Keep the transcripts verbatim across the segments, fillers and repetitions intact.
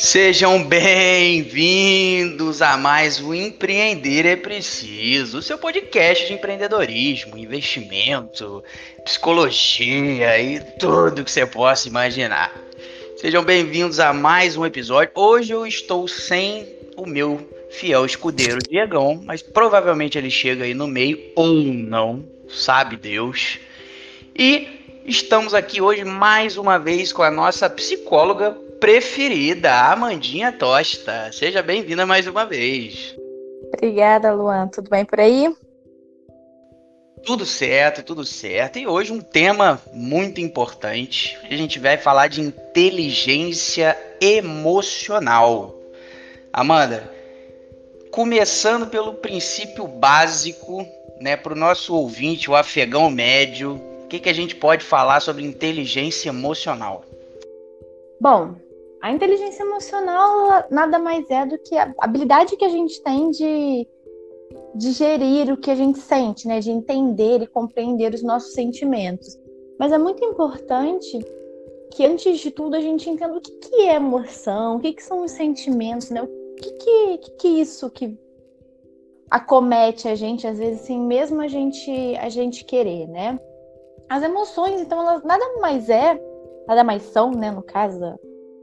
Sejam bem-vindos a mais um Empreender é Preciso, o seu podcast de empreendedorismo, investimento, psicologia e tudo que você possa imaginar. Sejam bem-vindos a mais um episódio. Hoje eu estou sem o meu fiel escudeiro Diegão, mas provavelmente ele chega aí no meio ou não, sabe Deus. E estamos aqui hoje mais uma vez com a nossa psicóloga preferida, a Amandinha Tosta. Seja bem-vinda mais uma vez. Obrigada, Luan. Tudo bem por aí? Tudo certo, tudo certo. E hoje um tema muito importante. A gente vai falar de inteligência emocional. Amanda, começando pelo princípio básico, né, para o nosso ouvinte, o afegão médio, o que, que a gente pode falar sobre inteligência emocional? Bom, a inteligência emocional nada mais é do que a habilidade que a gente tem de, de gerir o que a gente sente, né? De entender e compreender os nossos sentimentos. Mas é muito importante que, antes de tudo, a gente entenda o que, que é emoção, o que, que são os sentimentos, né? O que, que, que, que é isso que acomete a gente, às vezes, assim, mesmo a gente, a gente querer, né? As emoções, então, elas nada mais é, nada mais são, né, no caso,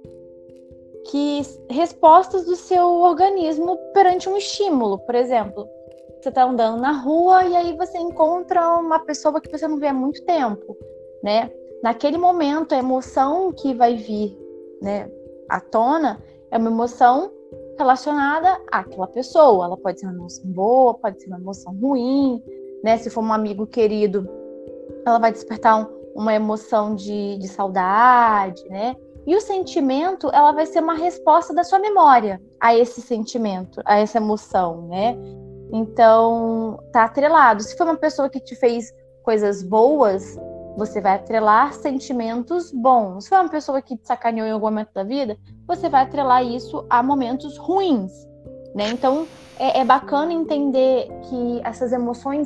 que respostas do seu organismo perante um estímulo. Por exemplo, você está andando na rua e aí você encontra uma pessoa que você não vê há muito tempo, né? Naquele momento, a emoção que vai vir, né, à tona é uma emoção relacionada àquela pessoa. Ela pode ser uma emoção boa, pode ser uma emoção ruim, né? Se for um amigo querido, ela vai despertar um, uma emoção de, de saudade, né? E o sentimento, ela vai ser uma resposta da sua memória a esse sentimento, a essa emoção, né? Então, tá atrelado. Se for uma pessoa que te fez coisas boas, você vai atrelar sentimentos bons. Se for uma pessoa que te sacaneou em algum momento da vida, você vai atrelar isso a momentos ruins, né? Então, é, é bacana entender que essas emoções,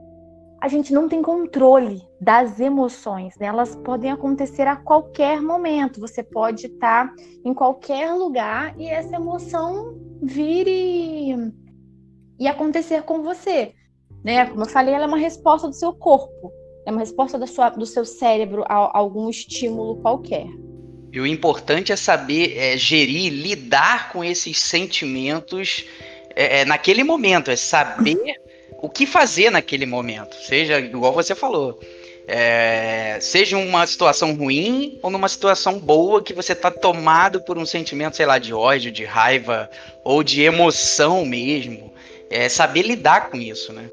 a gente não tem controle das emoções, né? Elas podem acontecer a qualquer momento. Você pode estar em qualquer lugar e essa emoção vir e, e acontecer com você, né? Como eu falei, ela é uma resposta do seu corpo, é uma resposta da sua, do seu cérebro a, a algum estímulo qualquer. E o importante é saber é, gerir, lidar com esses sentimentos é, é, naquele momento, é saber o que fazer naquele momento, seja igual você falou, é, seja uma situação ruim ou numa situação boa que você está tomado por um sentimento, sei lá, de ódio, de raiva ou de emoção mesmo, é saber lidar com isso, né?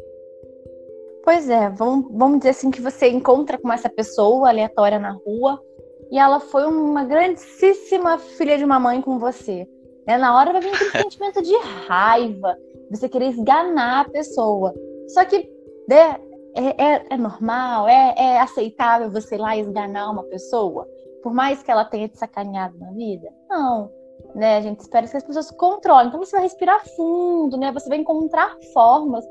Pois é, vamos, vamos dizer assim que você encontra com essa pessoa aleatória na rua e ela foi uma grandíssima filha de uma mãe com você, né? Na hora vai vir aquele sentimento de raiva, você querer esganar a pessoa. Só que, né, é, é, é normal, é, é aceitável você ir lá e esganar uma pessoa? Por mais que ela tenha te sacaneado na vida? Não, né? A gente espera que as pessoas controlem. Então você vai respirar fundo, né? Você vai encontrar formas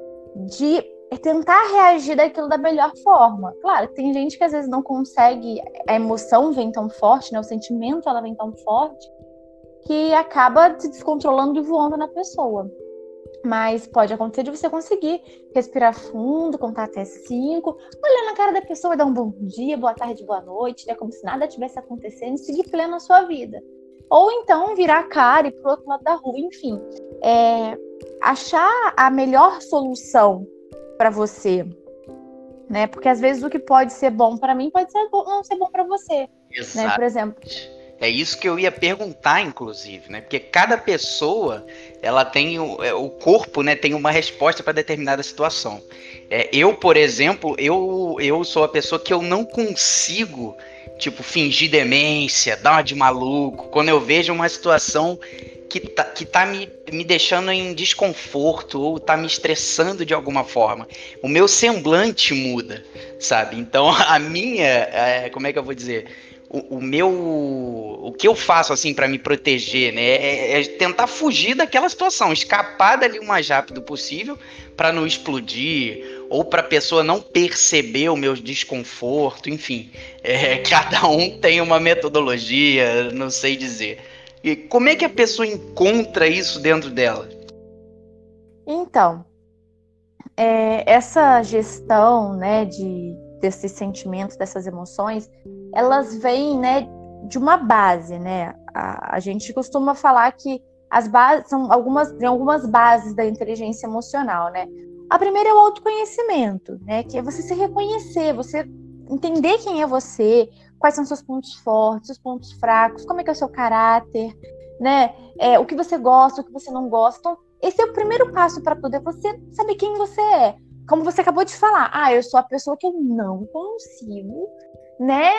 de tentar reagir daquilo da melhor forma. Claro, tem gente que às vezes não consegue, a emoção vem tão forte, né? O sentimento ela vem tão forte, que acaba se descontrolando e voando na pessoa. Mas pode acontecer de você conseguir respirar fundo, contar até cinco, olhar na cara da pessoa e dar um bom dia, boa tarde, boa noite, né? Como se nada tivesse acontecendo e seguir pleno a sua vida. Ou então virar a cara e ir pro outro lado da rua, enfim. É, achar a melhor solução para você, né? Porque às vezes o que pode ser bom para mim pode ser bom, não ser bom para você. Exato. Né? Por exemplo. É isso que eu ia perguntar, inclusive, né? Porque cada pessoa, ela tem o, o corpo, né? Tem uma resposta para determinada situação. É, eu, por exemplo, eu, eu sou a pessoa que eu não consigo, tipo, fingir demência, dar uma de maluco. Quando eu vejo uma situação que tá, que tá me, me deixando em desconforto ou tá me estressando de alguma forma, o meu semblante muda, sabe? Então, a minha, é, como é que eu vou dizer? O, o meu, o que eu faço assim para me proteger, né, é, é tentar fugir daquela situação, escapar dali o mais rápido possível para não explodir ou para a pessoa não perceber o meu desconforto, enfim, é, cada um tem uma metodologia, não sei dizer. E como é que a pessoa encontra isso dentro dela? Então, é, essa gestão, né, de, desses sentimentos, dessas emoções, elas vêm, né, de uma base, né? A, a gente costuma falar que as bases são algumas, tem algumas bases da inteligência emocional, né? A primeira é o autoconhecimento, né? Que é você se reconhecer, você entender quem é você, quais são seus pontos fortes, seus pontos fracos, como é que é o seu caráter, né? É, o que você gosta, o que você não gosta. Então, esse é o primeiro passo para tudo, é você saber quem você é. Como você acabou de falar, ah, eu sou a pessoa que eu não consigo, né,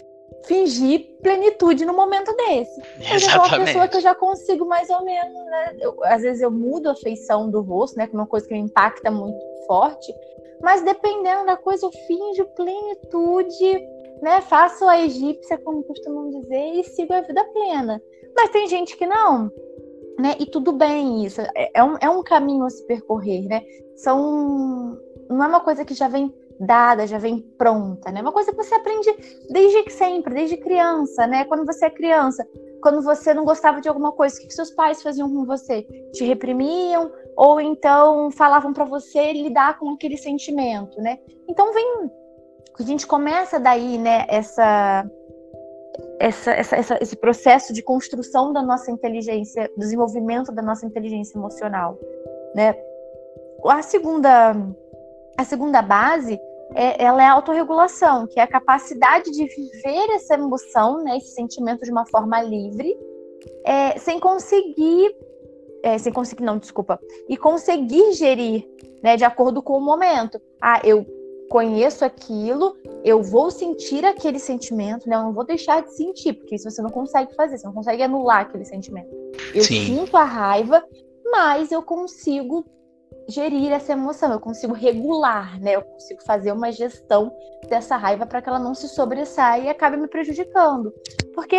fingir plenitude no momento desse. Eu já sou uma pessoa que eu já consigo mais ou menos, né? Eu, às vezes eu mudo a feição do rosto, né, que é uma coisa que me impacta muito forte, mas dependendo da coisa eu finjo plenitude, né, faço a egípcia, como costumam dizer, e sigo a vida plena. Mas tem gente que não, né? E tudo bem isso, é, é, um, é um caminho a se percorrer, né? São, não é uma coisa que já vem dada, já vem pronta, né? É uma coisa que você aprende desde sempre, desde criança, né? Quando você é criança, quando você não gostava de alguma coisa, o que seus pais faziam com você? Te reprimiam ou então falavam para você lidar com aquele sentimento, né? Então vem, a gente começa daí, né? Essa Essa, essa, essa, esse processo de construção da nossa inteligência, desenvolvimento da nossa inteligência emocional, né? A segunda, a segunda base é, ela é a autorregulação, que é a capacidade de viver essa emoção, né, esse sentimento de uma forma livre, é, sem conseguir, é, sem conseguir, não, desculpa, e conseguir gerir, né, de acordo com o momento. Ah, eu conheço aquilo, eu vou sentir aquele sentimento, né? Eu não vou deixar de sentir, porque isso você não consegue fazer, você não consegue anular aquele sentimento. Eu Sim. sinto a raiva, mas eu consigo gerir essa emoção, eu consigo regular, né? Eu consigo fazer uma gestão dessa raiva para que ela não se sobressaia e acabe me prejudicando. Porque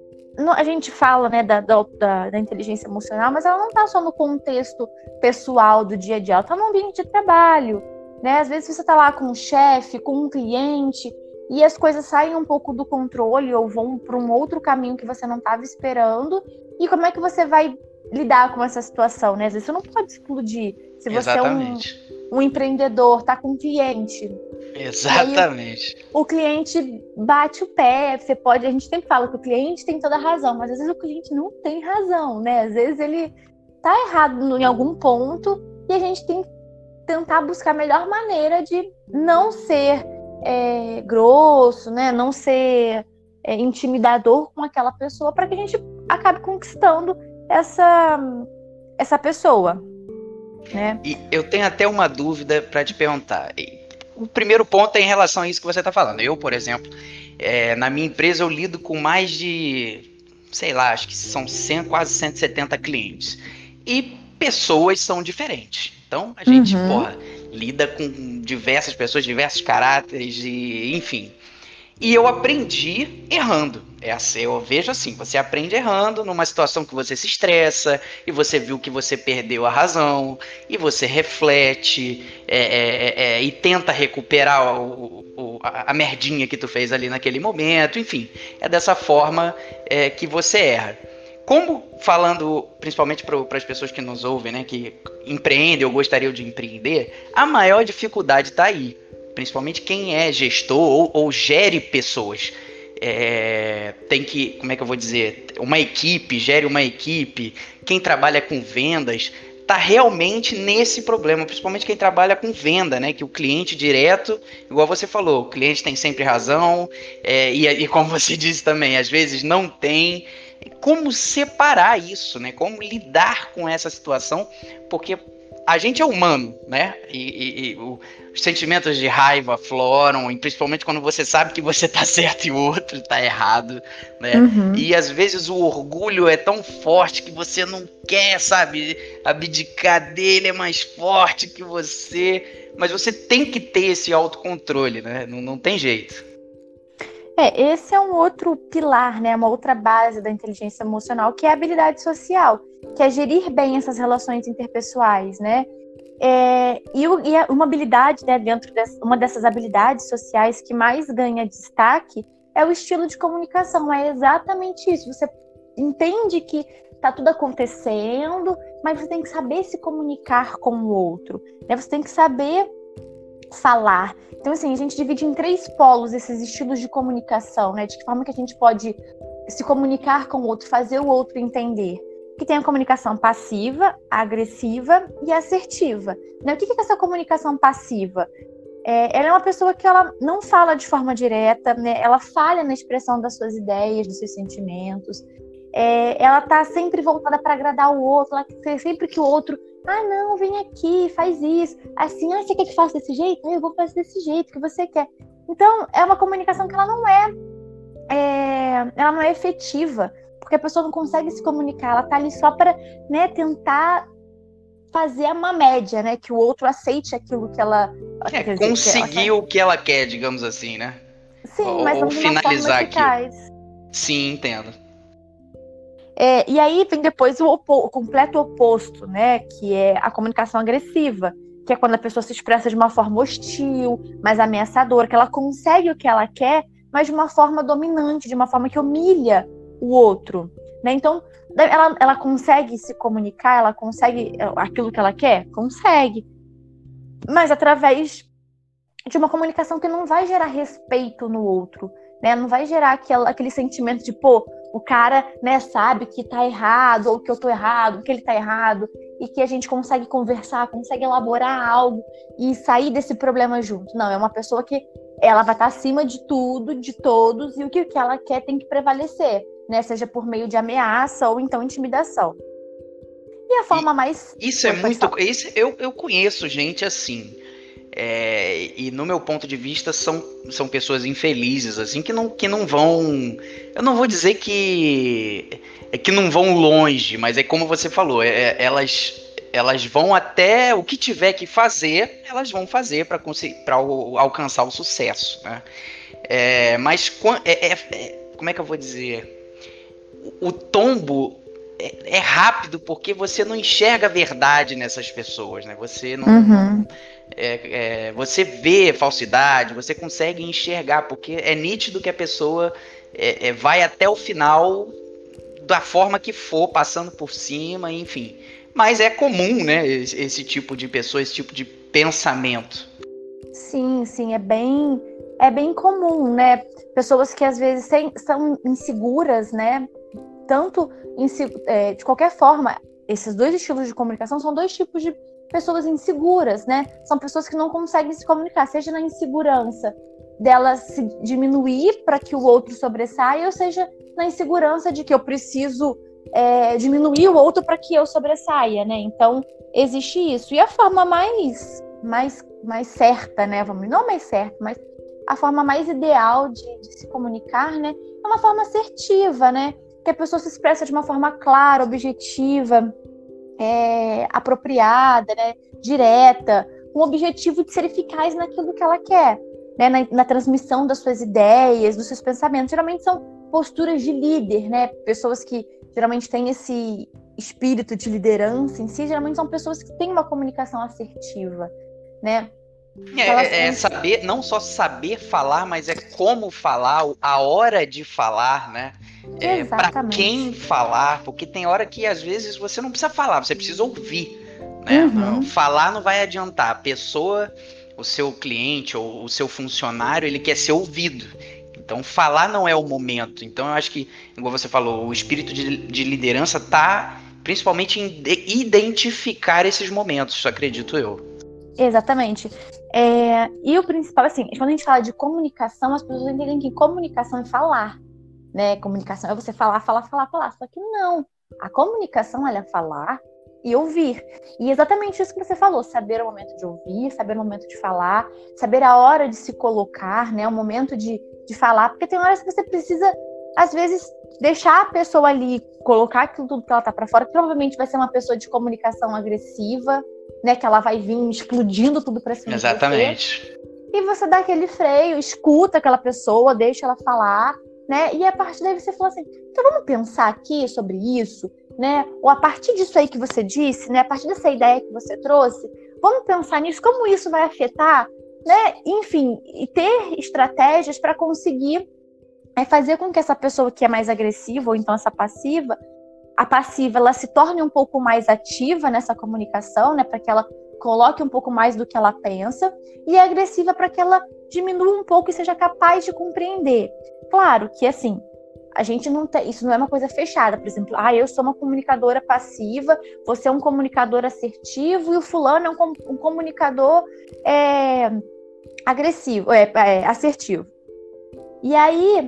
a gente fala, né, da, da, da inteligência emocional, mas ela não está só no contexto pessoal do dia a dia, ela está no ambiente de trabalho, né? Às vezes você está lá com um chefe, com um cliente, e as coisas saem um pouco do controle ou vão para um outro caminho que você não estava esperando. E como é que você vai lidar com essa situação, né? Às vezes você não pode explodir. Se você Exatamente. é um, um empreendedor, está com um cliente. Exatamente. O, o cliente bate o pé, você pode. A gente sempre fala que o cliente tem toda a razão, mas às vezes o cliente não tem razão, né? Às vezes ele está errado em algum ponto e a gente tem que tentar buscar a melhor maneira de não ser é, grosso, né? Não ser é, intimidador com aquela pessoa para que a gente acabe conquistando essa, essa pessoa, né? E eu tenho até uma dúvida para te perguntar. O primeiro ponto é em relação a isso que você está falando. Eu, por exemplo, é, na minha empresa eu lido com mais de, sei lá, acho que são cem, quase cento e setenta clientes. E pessoas são diferentes. Então, a gente, uhum. porra, lida com diversas pessoas, diversos caráteres, e, enfim. E eu aprendi errando. É assim, eu vejo assim, você aprende errando numa situação que você se estressa, e você viu que você perdeu a razão, e você reflete, é, é, é, e tenta recuperar o, o, a, a merdinha que tu fez ali naquele momento, enfim. É dessa forma é, que você erra. Como, falando principalmente para as pessoas que nos ouvem, né, que empreendem ou gostariam de empreender, a maior dificuldade está aí. Principalmente quem é gestor ou, ou gere pessoas. É, tem que, como é que eu vou dizer, uma equipe, gere uma equipe. Quem trabalha com vendas está realmente nesse problema, principalmente quem trabalha com venda, né? Que o cliente direto, igual você falou, o cliente tem sempre razão, é, e, e como você disse também, às vezes não tem. Como separar isso, né? Como lidar com essa situação, porque a gente é humano, né? E, e, e o, os sentimentos de raiva afloram, e principalmente quando você sabe que você tá certo e o outro tá errado, né? Uhum. E às vezes o orgulho é tão forte que você não quer, sabe, abdicar dele, é mais forte que você, mas você tem que ter esse autocontrole, né? Não, não tem jeito. É, esse é um outro pilar, né, uma outra base da inteligência emocional, que é a habilidade social, que é gerir bem essas relações interpessoais, né? É, e, o, e uma habilidade, né, dentro dessa, uma dessas habilidades sociais que mais ganha destaque é o estilo de comunicação. É exatamente isso. Você entende que tá tudo acontecendo, mas você tem que saber se comunicar com o outro, né? Você tem que saber falar. Então, assim, a gente divide em três polos esses estilos de comunicação, né? De que forma que a gente pode se comunicar com o outro, fazer o outro entender. Que tem a comunicação passiva, agressiva e assertiva, né? O que é essa comunicação passiva? É, ela é uma pessoa que ela não fala de forma direta, né? Ela falha na expressão das suas ideias, dos seus sentimentos. É, ela tá sempre voltada para agradar o outro, ela quer sempre que o outro, ah, não, vem aqui, faz isso. Assim, ah, você quer que faça desse jeito? Ah, eu vou fazer desse jeito que você quer. Então, é uma comunicação que ela não é, é ela não é efetiva, porque a pessoa não consegue se comunicar, ela tá ali só para, né, tentar fazer uma média, né, que o outro aceite aquilo que ela... É, quer dizer, conseguir que ela... o que ela quer, digamos assim, né? Sim, ou, mas ou não de uma forma eficaz. Aquilo. Sim, entendo. É, e aí vem depois o, opo- o completo oposto, né? Que é a comunicação agressiva, que é quando a pessoa se expressa de uma forma hostil, mais ameaçadora, que ela consegue o que ela quer, mas de uma forma dominante, de uma forma que humilha o outro, né? Então, ela, ela consegue se comunicar, ela consegue aquilo que ela quer? Consegue. Mas através de uma comunicação que não vai gerar respeito no outro, né? Não vai gerar aquele, aquele sentimento de, pô, o cara, né, sabe que tá errado, ou que eu tô errado, que ele tá errado, e que a gente consegue conversar, consegue elaborar algo e sair desse problema junto. Não, é uma pessoa que ela vai estar acima de tudo, de todos, e o que ela quer tem que prevalecer, né? Seja por meio de ameaça ou então intimidação. E a forma e mais... Isso é muito... Isso, eu, eu conheço gente assim... É, e no meu ponto de vista são, são pessoas infelizes assim que não, que não vão, eu não vou dizer que é que não vão longe, mas é como você falou, é, elas elas vão até o que tiver que fazer, elas vão fazer para conseguir para alcançar o sucesso, né? É, mas é, é, é, como é que eu vou dizer, o, o tombo é, é rápido porque você não enxerga a verdade nessas pessoas, né? Você não, Uhum. não É, é, você vê falsidade, você consegue enxergar, porque é nítido que a pessoa é, é, vai até o final da forma que for, passando por cima, enfim. Mas é comum, né, esse, esse tipo de pessoa, esse tipo de pensamento. Sim, sim, é bem, é bem comum, né? Pessoas que às vezes sem, são inseguras, né? Tanto, é, de qualquer forma, esses dois estilos de comunicação são dois tipos de pessoas inseguras, né? São pessoas que não conseguem se comunicar, seja na insegurança dela se diminuir para que o outro sobressaia, ou seja, na insegurança de que eu preciso é, diminuir o outro para que eu sobressaia, né? Então, existe isso. E a forma mais, mais, mais certa, né? Vamos, não mais certa, mas a forma mais ideal de, de se comunicar, né? É uma forma assertiva, né? Que a pessoa se expressa de uma forma clara, objetiva, É, apropriada, né, direta, com o objetivo de ser eficaz naquilo que ela quer, né, na, na transmissão das suas ideias, dos seus pensamentos. Geralmente são posturas de líder, né, pessoas que geralmente têm esse espírito de liderança em si, geralmente são pessoas que têm uma comunicação assertiva, né. É, é, é saber, não só saber falar, mas é como falar, a hora de falar, né? É, para quem falar, porque tem hora que às vezes você não precisa falar, você precisa ouvir, né? Uhum. Não, falar não vai adiantar. A pessoa, o seu cliente ou o seu funcionário, ele quer ser ouvido. Então falar não é o momento. Então eu acho que, igual você falou, o espírito de, de liderança tá principalmente em identificar esses momentos, acredito eu. Exatamente. É, e o principal, assim, quando a gente fala de comunicação, as pessoas entendem que comunicação é falar, né? Comunicação é você falar, falar, falar, falar. Só que não. A comunicação, ela é falar e ouvir. E exatamente isso que você falou, saber o momento de ouvir, saber o momento de falar, saber a hora de se colocar, né? O momento de, de falar, porque tem horas que você precisa, às vezes, deixar a pessoa ali, colocar aquilo tudo que ela tá pra fora, que provavelmente vai ser uma pessoa de comunicação agressiva, né, que ela vai vir explodindo tudo pra cima. Exatamente. De você. E você dá aquele freio, escuta aquela pessoa, deixa ela falar, né? E a partir daí você fala assim, então vamos pensar aqui sobre isso, né? Ou a partir disso aí que você disse, né? A partir dessa ideia que você trouxe, vamos pensar nisso, como isso vai afetar, né? Enfim, e ter estratégias para conseguir é fazer com que essa pessoa que é mais agressiva, ou então essa passiva, a passiva ela se torne um pouco mais ativa nessa comunicação, né, para que ela coloque um pouco mais do que ela pensa, e a agressiva para que ela diminua um pouco e seja capaz de compreender. Claro que, assim, a gente não tem, isso não é uma coisa fechada, por exemplo, ah, eu sou uma comunicadora passiva, você é um comunicador assertivo e o fulano é um, um comunicador é, agressivo, é, é, assertivo. E aí,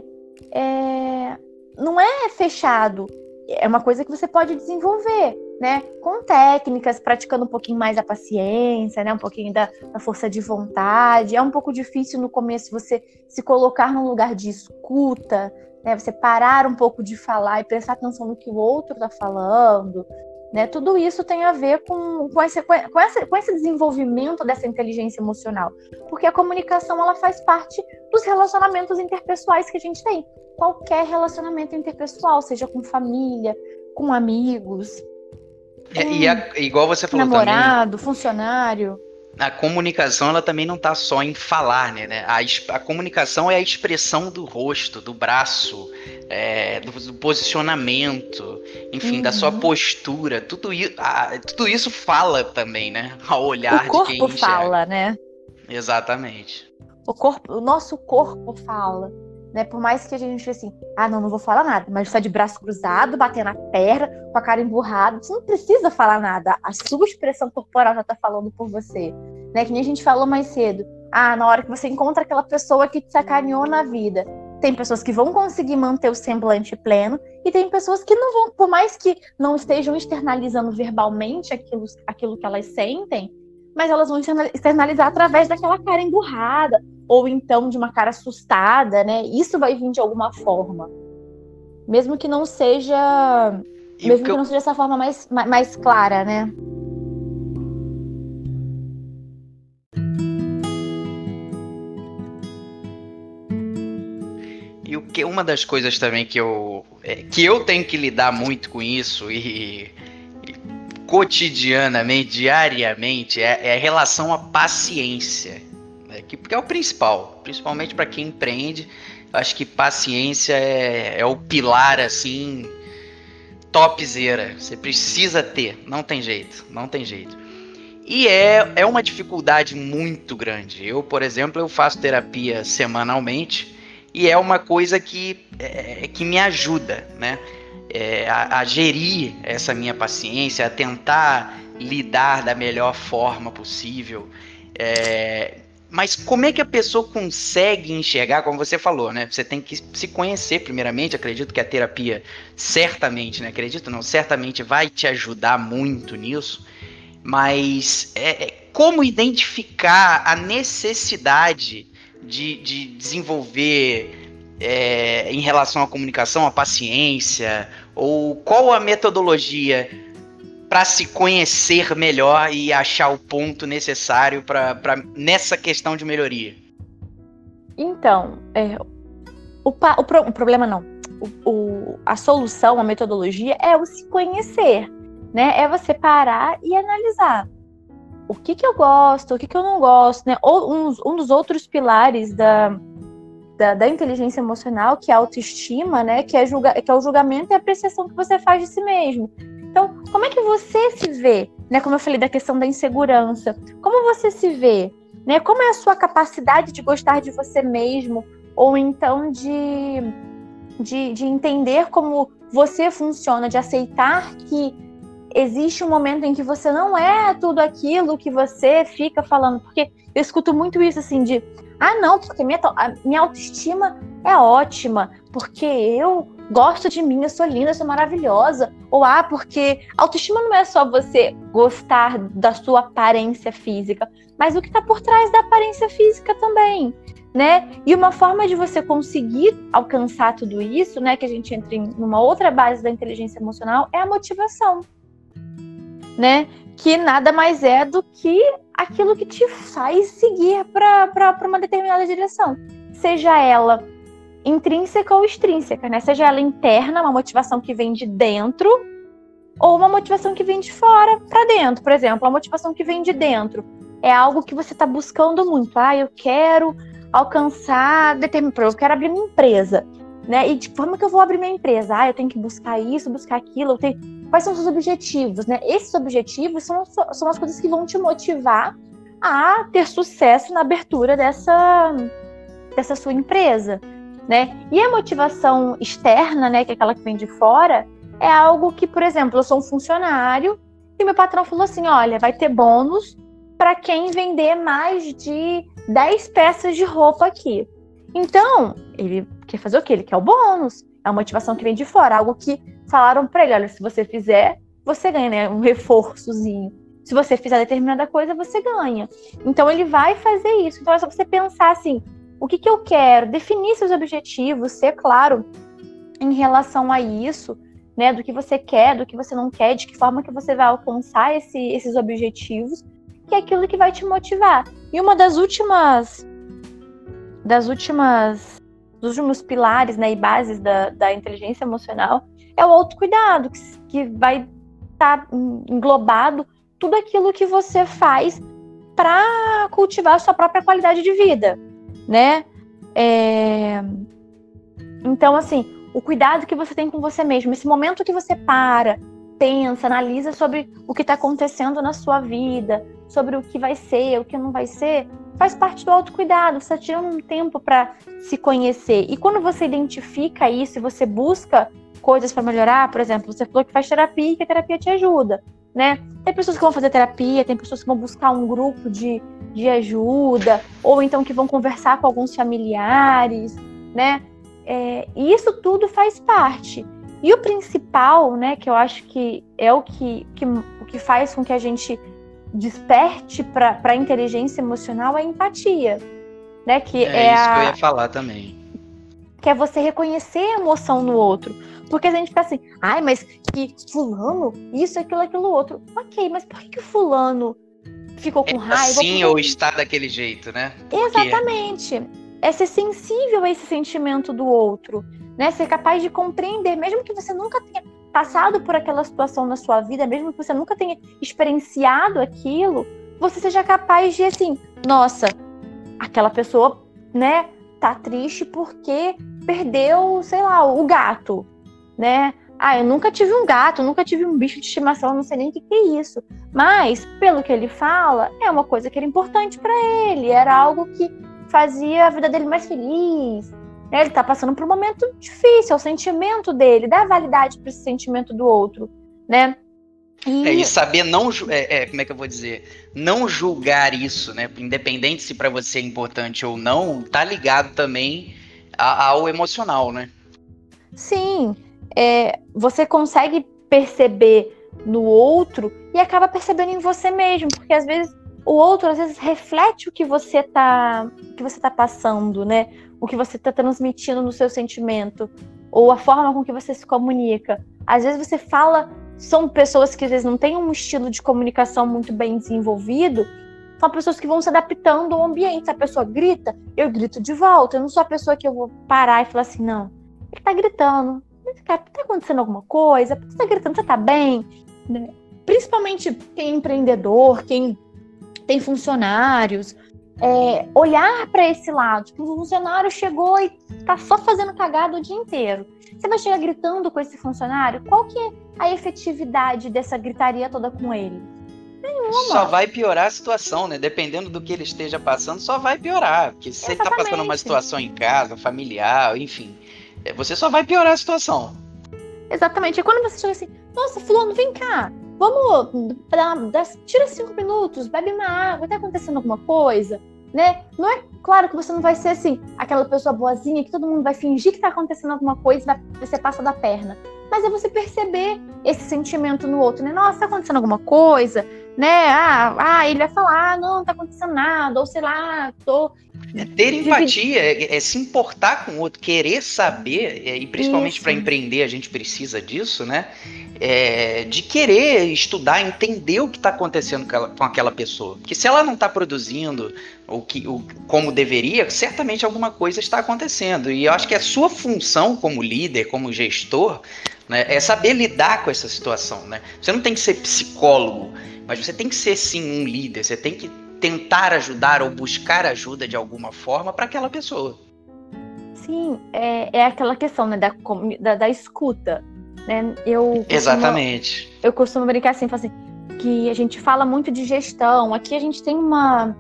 é, não é fechado, é uma coisa que você pode desenvolver, né? Com técnicas, praticando um pouquinho mais a paciência, né? Um pouquinho da, da força de vontade. É um pouco difícil no começo você se colocar num lugar de escuta, né? Você parar um pouco de falar e prestar atenção no que o outro está falando, né? Tudo isso tem a ver com, com, esse, com, essa, com esse desenvolvimento dessa inteligência emocional. Porque a comunicação, ela faz parte dos relacionamentos interpessoais que a gente tem. Qualquer relacionamento interpessoal, seja com família, com amigos, com e a, igual você falou namorado, também, funcionário. A comunicação, ela também não está só em falar, né? A, a comunicação é a expressão do rosto, do braço, é, do, do posicionamento, enfim, uhum. da sua postura. Tudo, a, tudo isso fala também, né? Ao olhar o corpo de quem enxerga. Fala, né? Exatamente. O, corpo, o nosso corpo fala. Né? Por mais que a gente assim, ah, não, não vou falar nada, mas está de braço cruzado, batendo a perna, com a cara emburrada, você não precisa falar nada, a sua expressão corporal já está falando por você, né? Que nem a gente falou mais cedo, ah, na hora que você encontra aquela pessoa que te sacaneou na vida, tem pessoas que vão conseguir manter o semblante pleno e tem pessoas que não vão, por mais que não estejam externalizando verbalmente aquilo, aquilo que elas sentem, mas elas vão externalizar através daquela cara emburrada, ou então de uma cara assustada, né? Isso vai vir de alguma forma. Mesmo que não seja... E mesmo que, que eu... não seja essa forma mais, mais clara, né? E o que, uma das coisas também que eu, é, que eu tenho que lidar muito com isso e... cotidianamente, diariamente, é, é a relação à paciência, né? que, que é o principal, principalmente para quem empreende. Eu acho que paciência é, é o pilar, assim, topzera. Você precisa ter, não tem jeito, não tem jeito. E é, é uma dificuldade muito grande. Eu, por exemplo, eu faço terapia semanalmente e é uma coisa que, é, que me ajuda, né? É, a, a gerir essa minha paciência, a tentar lidar da melhor forma possível. É, mas como é que a pessoa consegue enxergar, como você falou, né? Você tem que se conhecer primeiramente. Acredito que a terapia certamente, né? Acredito não, certamente vai te ajudar muito nisso. Mas é, como identificar a necessidade de, de desenvolver... É, em relação à comunicação, à paciência, ou qual a metodologia para se conhecer melhor e achar o ponto necessário para nessa questão de melhoria? Então, é, o, o, pro, o problema não, o, o, a solução, a metodologia é o se conhecer, né? É você parar e analisar o que que eu gosto, o que que eu não gosto, né? Ou um, um dos outros pilares da Da, da inteligência emocional, que é a autoestima, né? Que é, julga, que é o julgamento e a apreciação que você faz de si mesmo. Então, como é que você se vê? Né? Como eu falei da questão da insegurança. Como você se vê? Né? Como é a sua capacidade de gostar de você mesmo? Ou então de, de, de entender como você funciona, de aceitar que existe um momento em que você não é tudo aquilo que você fica falando. Porque eu escuto muito isso, assim, de... Ah, não, porque minha, a minha autoestima é ótima, porque eu gosto de mim, eu sou linda, eu sou maravilhosa. Ou, ah, porque autoestima não é só você gostar da sua aparência física, mas o que está por trás da aparência física também, né? E uma forma de você conseguir alcançar tudo isso, né, que a gente entra em uma outra base da inteligência emocional, é a motivação, né? Que nada mais é do que aquilo que te faz seguir para uma determinada direção. Seja ela intrínseca ou extrínseca, né? Seja ela interna, uma motivação que vem de dentro, ou uma motivação que vem de fora para dentro. Por exemplo, a motivação que vem de dentro é algo que você está buscando muito. Ah, eu quero alcançar determinado... Eu quero abrir uma empresa. né? E de que forma que eu vou abrir minha empresa? Ah, eu tenho que buscar isso, buscar aquilo, eu tenho... Quais são os seus objetivos, né? Esses objetivos são, são as coisas que vão te motivar a ter sucesso na abertura dessa, dessa sua empresa, né? E a motivação externa, né, que é aquela que vem de fora, é algo que, por exemplo, eu sou um funcionário e meu patrão falou assim, olha, vai ter bônus para quem vender mais de dez peças de roupa aqui. Então, ele quer fazer o quê? Ele quer o bônus. É uma motivação que vem de fora, algo que falaram para ele, olha, se você fizer, você ganha, né, um reforçozinho. Se você fizer determinada coisa, você ganha. Então, ele vai fazer isso. Então, é só você pensar assim, o que que eu quero? Definir seus objetivos, ser claro em relação a isso, né, do que você quer, do que você não quer, de que forma que você vai alcançar esse, esses objetivos, que é aquilo que vai te motivar. E uma das últimas, das últimas, dos últimos pilares, né, e bases da, da inteligência emocional é o autocuidado, que, que vai estar englobado tudo aquilo que você faz para cultivar a sua própria qualidade de vida, né? É... Então, assim, o cuidado que você tem com você mesmo, esse momento que você para, pensa, analisa sobre o que está acontecendo na sua vida, sobre o que vai ser, o que não vai ser, faz parte do autocuidado. Você está tirando um tempo para se conhecer. E quando você identifica isso e você busca coisas para melhorar, por exemplo, você falou que faz terapia e que a terapia te ajuda, né? Tem pessoas que vão fazer terapia, tem pessoas que vão buscar um grupo de, de ajuda, ou então que vão conversar com alguns familiares, né? É, e isso tudo faz parte. E o principal, né, que eu acho que é o que, que, o que faz com que a gente desperte para a inteligência emocional é a empatia, né? Que é, é isso a, que eu ia falar também. Que é você reconhecer a emoção no outro. Porque a gente fica assim, ai, mas que fulano, isso, aquilo, aquilo, outro. Ok, mas por que, que fulano ficou com é raiva? assim ou está daquele jeito, né? Porque... Exatamente. É ser sensível a esse sentimento do outro, né? Ser capaz de compreender, mesmo que você nunca tenha passado por aquela situação na sua vida, mesmo que você nunca tenha experienciado aquilo, você seja capaz de, assim, nossa, aquela pessoa, né, tá triste porque perdeu, sei lá, o gato, né? Ah, eu nunca tive um gato, nunca tive um bicho de estimação, não sei nem o que, que é isso. Mas, pelo que ele fala, é uma coisa que era importante para ele, era algo que fazia a vida dele mais feliz. Né? Ele tá passando por um momento difícil, é o sentimento dele, dá validade para esse sentimento do outro, né? E... É, e saber não, é, é, como é que eu vou dizer, não julgar isso, né? Independente se para você é importante ou não, tá ligado também ao emocional, né? Sim, é, você consegue perceber no outro e acaba percebendo em você mesmo, porque às vezes o outro às vezes reflete o que você tá, que você tá passando, né? O que você tá transmitindo no seu sentimento, ou a forma com que você se comunica. Às vezes você fala, são pessoas que às vezes não têm um estilo de comunicação muito bem desenvolvido, são pessoas que vão se adaptando ao ambiente. Se a pessoa grita, eu grito de volta. Eu não sou a pessoa que eu vou parar e falar assim, não, ele tá gritando, tá acontecendo alguma coisa, você tá gritando, você tá bem? Né? Principalmente quem é empreendedor, quem tem funcionários, é, olhar para esse lado. Tipo, o funcionário chegou e tá só fazendo cagada o dia inteiro. Você vai chegar gritando com esse funcionário? Qual que é a efetividade dessa gritaria toda com ele? Nenhuma. Só vai piorar a situação, né? Dependendo do que ele esteja passando, só vai piorar. Porque se ele tá passando uma situação em casa, familiar, enfim, você só vai piorar a situação. Exatamente. E quando você chega assim, nossa, fulano, vem cá, vamos, dar, dar, tira cinco minutos, bebe uma água, tá acontecendo alguma coisa, né? Não é claro que você não vai ser assim, aquela pessoa boazinha que todo mundo vai fingir que tá acontecendo alguma coisa e vai, você passa da perna. Mas é você perceber esse sentimento no outro, né? Nossa, tá acontecendo alguma coisa, né? Ah, ah ele vai falar, ah, não, não tá acontecendo nada, ou sei lá, tô... É ter empatia, é, é se importar com o outro, querer saber, é, e principalmente para empreender a gente precisa disso, né? É, de querer estudar, entender o que está acontecendo com, ela, com aquela pessoa. Porque se ela não está produzindo o que, o, como deveria, certamente alguma coisa está acontecendo. E eu acho que a sua função como líder, como gestor, né, é saber lidar com essa situação. Né? Você não tem que ser psicólogo, mas você tem que ser sim um líder, você tem que tentar ajudar ou buscar ajuda de alguma forma para aquela pessoa. Sim, é, é aquela questão, né, da, da, da escuta, né? Eu costumo, Exatamente. Eu costumo brincar assim, assim, que a gente fala muito de gestão. Aqui a gente tem uma...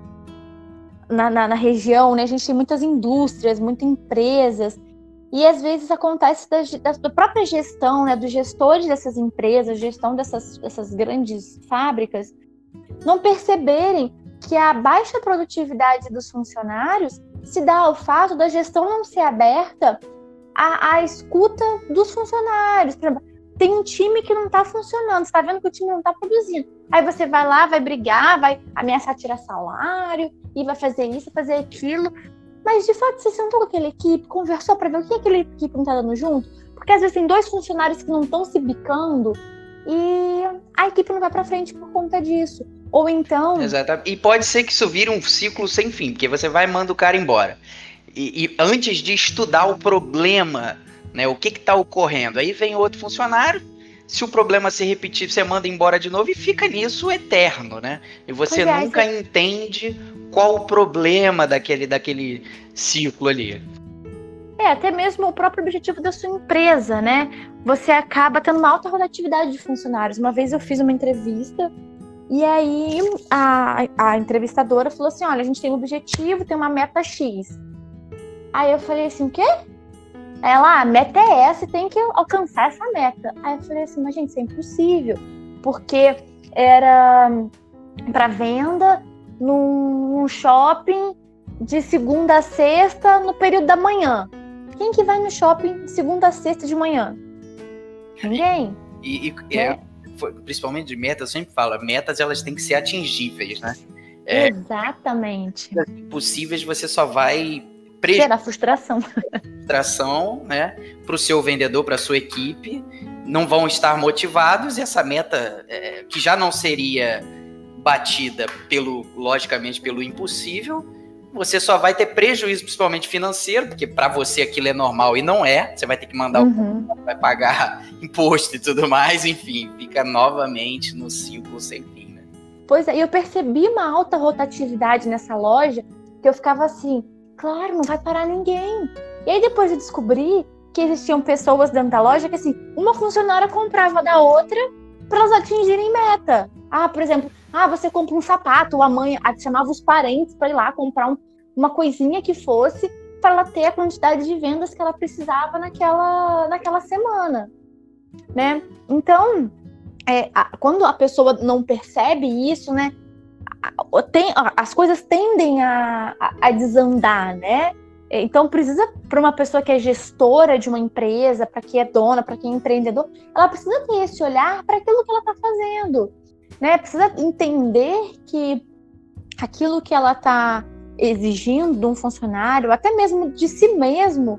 Na, na, na região, né, a gente tem muitas indústrias, muitas empresas, e às vezes acontece da, da, da própria gestão, né, dos gestores dessas empresas, gestão dessas, dessas grandes fábricas, não perceberem que a baixa produtividade dos funcionários se dá ao fato da gestão não ser aberta à, à escuta dos funcionários. Por exemplo, tem um time que não está funcionando, você está vendo que o time não está produzindo. Aí você vai lá, vai brigar, vai ameaçar tirar salário, e vai fazer isso, fazer aquilo. Mas, de fato, você sentou com aquela equipe, conversou para ver o que aquela equipe não está dando junto? Porque, às vezes, tem dois funcionários que não estão se bicando e a equipe não vai para frente por conta disso. Ou então... Exato. E pode ser que isso vire um ciclo sem fim, porque você vai e manda o cara embora. E, e antes de estudar o problema, né, o que está ocorrendo, aí vem outro funcionário, se o problema se repetir, você manda embora de novo e fica nisso eterno, né? E você Pois é, nunca você- entende qual o problema daquele, daquele ciclo ali. É, até mesmo o próprio objetivo da sua empresa, né? Você acaba tendo uma alta rotatividade de funcionários. Uma vez eu fiz uma entrevista e aí a, a entrevistadora falou assim, olha, a gente tem um objetivo, tem uma meta X. Aí eu falei assim, o quê? Ela, ah, a meta é essa e tem que alcançar essa meta. Aí eu falei assim, mas gente, isso é impossível. Porque era para venda num, num shopping de segunda a sexta no período da manhã. Quem que vai no shopping de segunda a sexta de manhã? Ninguém. E, e né? é, foi- principalmente de metas, eu sempre falo, metas elas têm que ser atingíveis, né? É, Exatamente. Impossíveis você só vai prejudicar Gerar frustração. frustração, né, para o seu vendedor, para a sua equipe, não vão estar motivados e essa meta, é, que já não seria batida, pelo, logicamente, pelo impossível, você só vai ter prejuízo, principalmente financeiro, porque para você aquilo é normal e não é, você vai ter que mandar Uhum. o vai pagar imposto e tudo mais, enfim, fica novamente no ciclo sem fim, né? Pois é, eu percebi uma alta rotatividade nessa loja, que eu ficava assim, claro, não vai parar ninguém. E aí depois eu descobri que existiam pessoas dentro da loja que assim, uma funcionária comprava da outra para elas atingirem meta. Ah, por exemplo, ah, você compra um sapato, ou a mãe ah, chamava os parentes para ir lá comprar um, uma coisinha que fosse para ela ter a quantidade de vendas que ela precisava naquela, naquela semana, né? Então, é, a, quando a pessoa não percebe isso, né, a, tem, a, as coisas tendem a, a, a desandar, né? Então, precisa, para uma pessoa que é gestora de uma empresa, para quem é dona, para quem é empreendedor, ela precisa ter esse olhar para aquilo que ela está fazendo, né? Precisa entender que aquilo que ela está exigindo de um funcionário, até mesmo de si mesmo,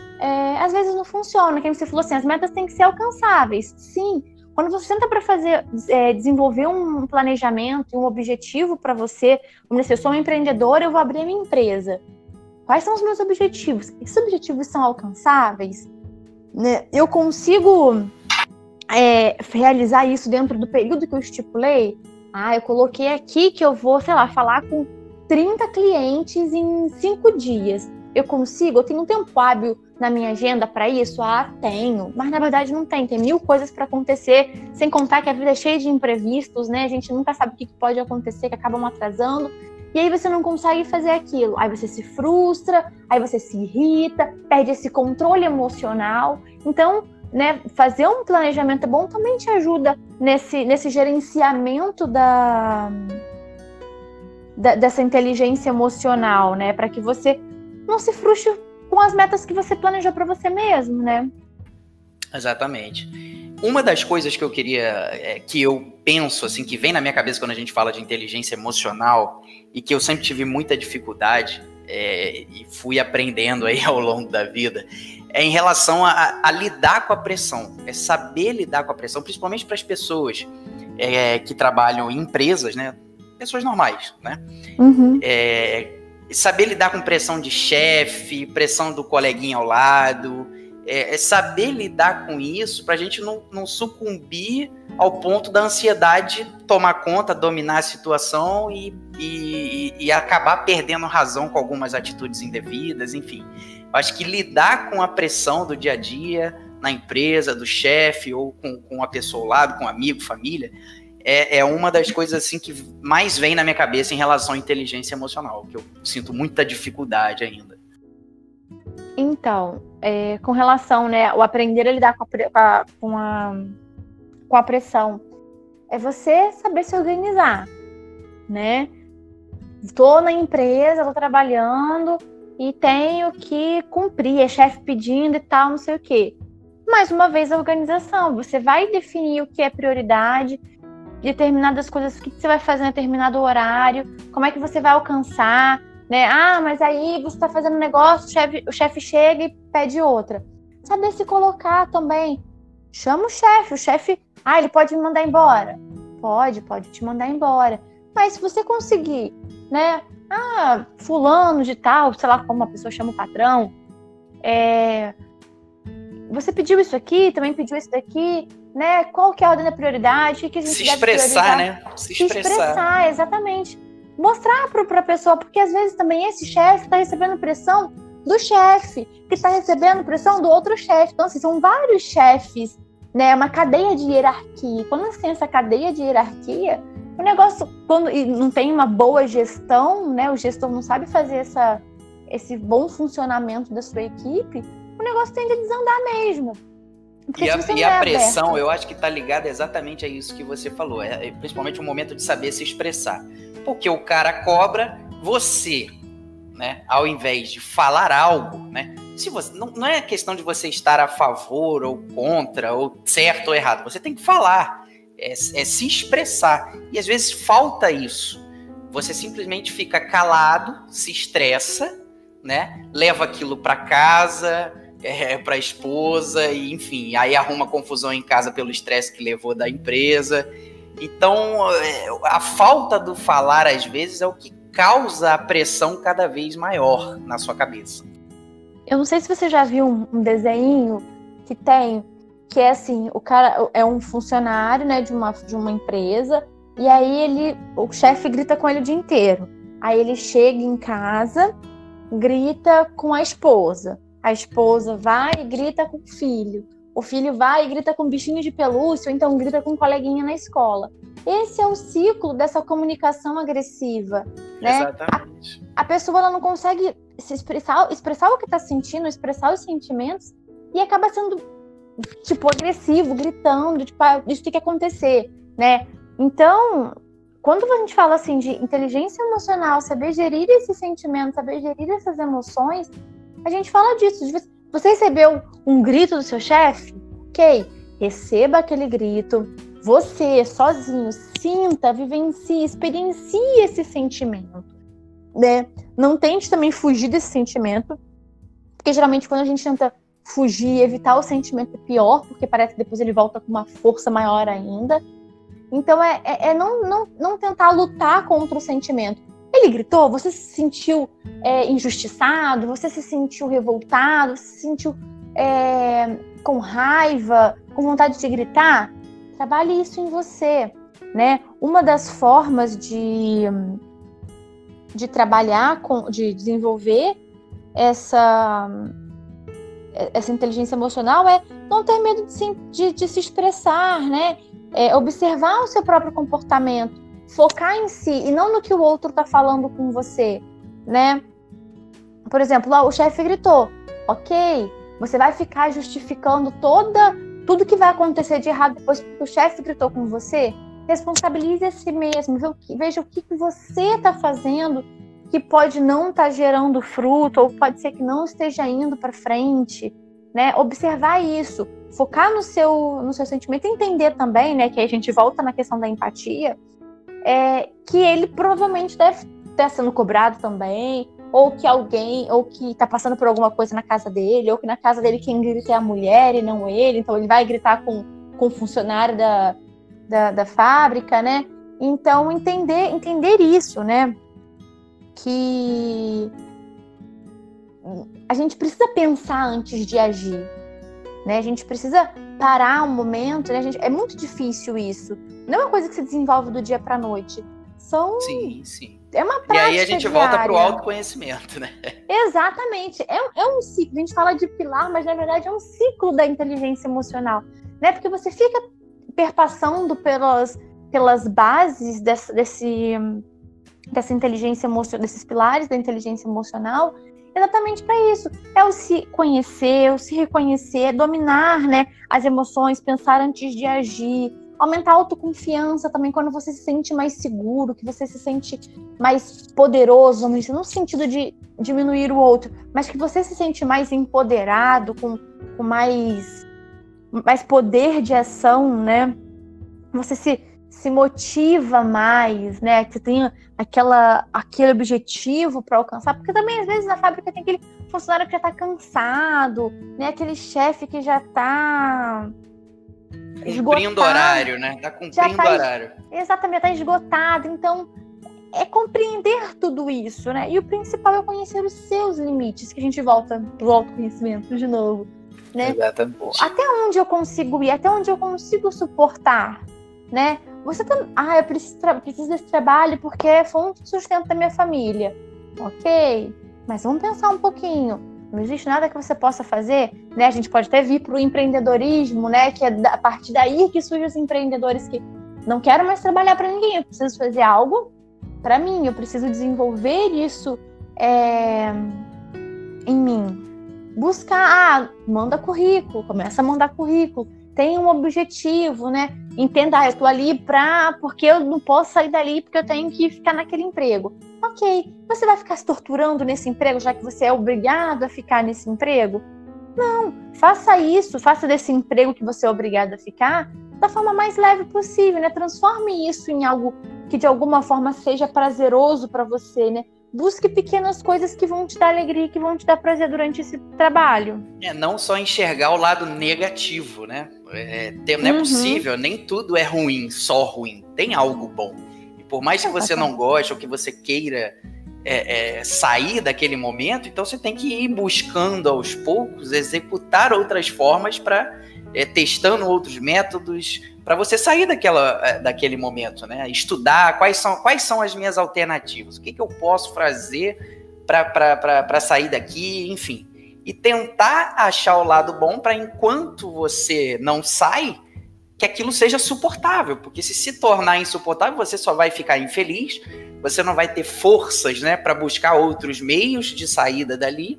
é, às vezes não funciona. Como você falou assim, as metas têm que ser alcançáveis. Sim, quando você senta para fazer, é, desenvolver um planejamento, um objetivo para você, como se eu sou uma empreendedora, eu vou abrir a minha empresa. Quais são os meus objetivos? Esses objetivos são alcançáveis? Né? Eu consigo é, realizar isso dentro do período que eu estipulei? Ah, eu coloquei aqui que eu vou, sei lá, falar com trinta clientes em cinco dias. Eu consigo? Eu tenho um tempo hábil na minha agenda para isso? Ah, tenho. Mas na verdade não tem. Tem mil coisas para acontecer, sem contar que a vida é cheia de imprevistos, né? A gente nunca sabe o que pode acontecer, que acabam atrasando. E aí você não consegue fazer aquilo. Aí você se frustra, aí você se irrita, perde esse controle emocional. Então, né, fazer um planejamento bom também te ajuda nesse, nesse gerenciamento da, da, dessa inteligência emocional, né? Para que você não se frustre com as metas que você planejou para você mesmo, né? Exatamente. Uma das coisas que eu queria, é, que eu penso, assim, que vem na minha cabeça quando a gente fala de inteligência emocional e que eu sempre tive muita dificuldade é, e fui aprendendo aí ao longo da vida, é em relação a, a lidar com a pressão, é saber lidar com a pressão, principalmente para as pessoas é, que trabalham em empresas, né? Pessoas normais, né? Uhum. É, saber lidar com pressão de chefe, pressão do coleguinha ao lado, é, é saber lidar com isso para a gente não, não sucumbir ao ponto da ansiedade tomar conta, dominar a situação e, e, e acabar perdendo razão com algumas atitudes indevidas, enfim. acho que lidar com a pressão do dia a dia, na empresa, do chefe, ou com, com a pessoa ao lado, com um amigo, família, é, é uma das coisas assim que mais vem na minha cabeça em relação à inteligência emocional, que eu sinto muita dificuldade ainda. Então, é, com relação, né, o aprender a lidar com a, com, a, com a pressão, é você saber se organizar, né? Estou na empresa, estou trabalhando e tenho que cumprir, é chefe pedindo e tal, não sei o quê. Mais uma vez, a organização. Você vai definir o que é prioridade, determinadas coisas, o que você vai fazer em determinado horário, como é que você vai alcançar, né? Ah, mas aí você está fazendo um negócio, o chefe, o chefe chega e pede outra. Saber se colocar também. Chama o chefe, o chefe... Ah, ele pode me mandar embora? Pode, pode te mandar embora. Mas se você conseguir, né? Ah, fulano de tal, sei lá como a pessoa chama o patrão, é... você pediu isso aqui, também pediu isso daqui, né? Qual que é a ordem da prioridade? O que a gente Se deve expressar, priorizar? né? Se Se expressar. expressar, exatamente. Mostrar para a pessoa, porque às vezes também esse chefe está recebendo pressão do chefe, que está recebendo pressão do outro chefe. Então, assim, são vários chefes, né? Uma cadeia de hierarquia. Quando você tem essa cadeia de hierarquia, o negócio, quando e não tem uma boa gestão, né? O gestor não sabe fazer essa, esse bom funcionamento da sua equipe, o negócio tende a desandar mesmo. Porque e a, e a pressão, aberto, eu acho que está ligada exatamente a isso que você falou, é, é, principalmente o momento de saber se expressar. Porque o cara cobra você, né? Ao invés de falar algo, né? Se você, não, não é questão de você estar a favor ou contra, ou certo ou errado. Você tem que falar, é, é se expressar. E às vezes falta isso. Você simplesmente fica calado, se estressa, né? Leva aquilo para casa... É, para a esposa, e enfim, aí arruma confusão em casa pelo estresse que levou da empresa. Então, a falta do falar, às vezes, é o que causa a pressão cada vez maior na sua cabeça. Eu não sei se você já viu um, um desenho que tem, que é assim, o cara é um funcionário, né, de uma, de uma empresa, e aí ele, o chefe grita com ele o dia inteiro. Aí ele chega em casa, grita com a esposa. A esposa vai e grita com o filho. O filho vai e grita com um bichinho de pelúcia, ou então grita com um coleguinha na escola. Esse é o ciclo dessa comunicação agressiva, né? Exatamente. A, a pessoa ela não consegue se expressar, expressar o que está sentindo, expressar os sentimentos, e acaba sendo, tipo, agressivo, gritando, tipo, ah, isso tem que acontecer, né? Então, quando a gente fala assim de inteligência emocional, saber gerir esses sentimentos, saber gerir essas emoções, a gente fala disso. Você recebeu um grito do seu chefe? Ok, receba aquele grito. Você, sozinho, sinta, vivencie, experiencie esse sentimento, né? Não tente também fugir desse sentimento, porque geralmente quando a gente tenta fugir, evitar o sentimento é pior, porque parece que depois ele volta com uma força maior ainda. Então é, é, é não, não, não tentar lutar contra o sentimento. Ele gritou, você se sentiu é, injustiçado, você se sentiu revoltado, você se sentiu é, com raiva, com vontade de gritar? Trabalhe isso em você, né? Uma das formas de, de trabalhar, com, de desenvolver essa, essa inteligência emocional é não ter medo de se, de, de se expressar, né? É, observar o seu próprio comportamento, focar em si e não no que o outro está falando com você, né? Por exemplo, ó, o chefe gritou, ok, você vai ficar justificando toda, tudo que vai acontecer de errado depois que o chefe gritou com você? Responsabilize a si mesmo, veja o que, que você está fazendo que pode não estar tá gerando fruto, ou pode ser que não esteja indo para frente, né? Observar isso, focar no seu, no seu sentimento, entender também, né, que aí a gente volta na questão da empatia, É, que ele provavelmente deve estar sendo cobrado também, ou que alguém, ou que está passando por alguma coisa na casa dele, ou que na casa dele quem grita é a mulher e não ele, então ele vai gritar com, com o funcionário da, da, da fábrica, né? Então, entender, entender isso, né? Que a gente precisa pensar antes de agir, né? A gente precisa parar um momento, né? A gente, é muito difícil isso. Não é uma coisa que se desenvolve do dia para a noite. São sim, sim. É uma prática. E aí a gente diária. volta para o autoconhecimento, né? Exatamente. É, é um ciclo. A gente fala de pilar, mas na verdade é um ciclo da inteligência emocional, né? Porque você fica perpassando pelas, pelas bases dessa, desse, dessa inteligência emocional, desses pilares da inteligência emocional, exatamente para isso. É o se conhecer, o se reconhecer, dominar, né, as emoções, pensar antes de agir, aumentar a autoconfiança também quando você se sente mais seguro, que você se sente mais poderoso, vamos dizer, não no sentido de diminuir o outro, mas que você se sente mais empoderado, com, com mais, mais poder de ação, né? Você se, se motiva mais, né? Que você tem aquela, aquele objetivo para alcançar, porque também às vezes na fábrica tem aquele funcionário que já está cansado, né? Aquele chefe que já está cumprindo horário, né? Tá cumprindo tá, horário. Exatamente, tá esgotado. Então, é compreender tudo isso, né? E o principal é conhecer os seus limites, que a gente volta pro autoconhecimento de novo, né? Exatamente. Até onde eu consigo ir, até onde eu consigo suportar, né? Você tá... Ah, eu preciso, tra... preciso desse trabalho porque é fonte de sustento da minha família. Ok, mas vamos pensar um pouquinho. Não existe nada que você possa fazer, né? A gente pode até vir para o empreendedorismo, né? Que é a partir daí que surgem os empreendedores que não quero mais trabalhar para ninguém, eu preciso fazer algo para mim, eu preciso desenvolver isso é, em mim. Buscar, ah, manda currículo, começa a mandar currículo, tem um objetivo, né? Entenda, ah, eu tô ali pra, porque eu não posso sair dali porque eu tenho que ficar naquele emprego. Ok, você vai ficar se torturando nesse emprego já que você é obrigado a ficar nesse emprego? Não, faça isso, faça desse emprego que você é obrigado a ficar da forma mais leve possível, né? Transforme isso em algo que de alguma forma seja prazeroso para você, né? Busque pequenas coisas que vão te dar alegria, que vão te dar prazer durante esse trabalho. É, não só enxergar o lado negativo, né? É, tem, não é Uhum. possível, nem tudo é ruim, só ruim. Tem algo bom. E por mais que você não goste ou que você queira é, é, sair daquele momento, então você tem que ir buscando aos poucos, executar outras formas para é, testando outros métodos para você sair daquela, daquele momento, né? Estudar quais são, quais são as minhas alternativas, o que, que eu posso fazer para sair daqui, enfim. E tentar achar o lado bom para enquanto você não sai, que aquilo seja suportável, porque se se tornar insuportável, você só vai ficar infeliz, você não vai ter forças, né, para buscar outros meios de saída dali,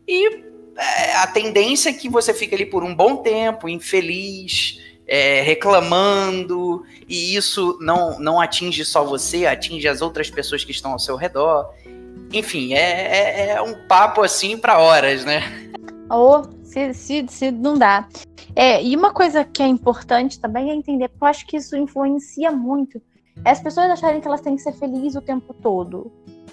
e é, a tendência é que você fique ali por um bom tempo, infeliz, É, reclamando, e isso não, não atinge só você, atinge as outras pessoas que estão ao seu redor. Enfim, é, é, é um papo assim para horas, né? Ou oh, se, se, se não dá. É, e uma coisa que é importante também é entender, porque eu acho que isso influencia muito, é as pessoas acharem que elas têm que ser felizes o tempo todo.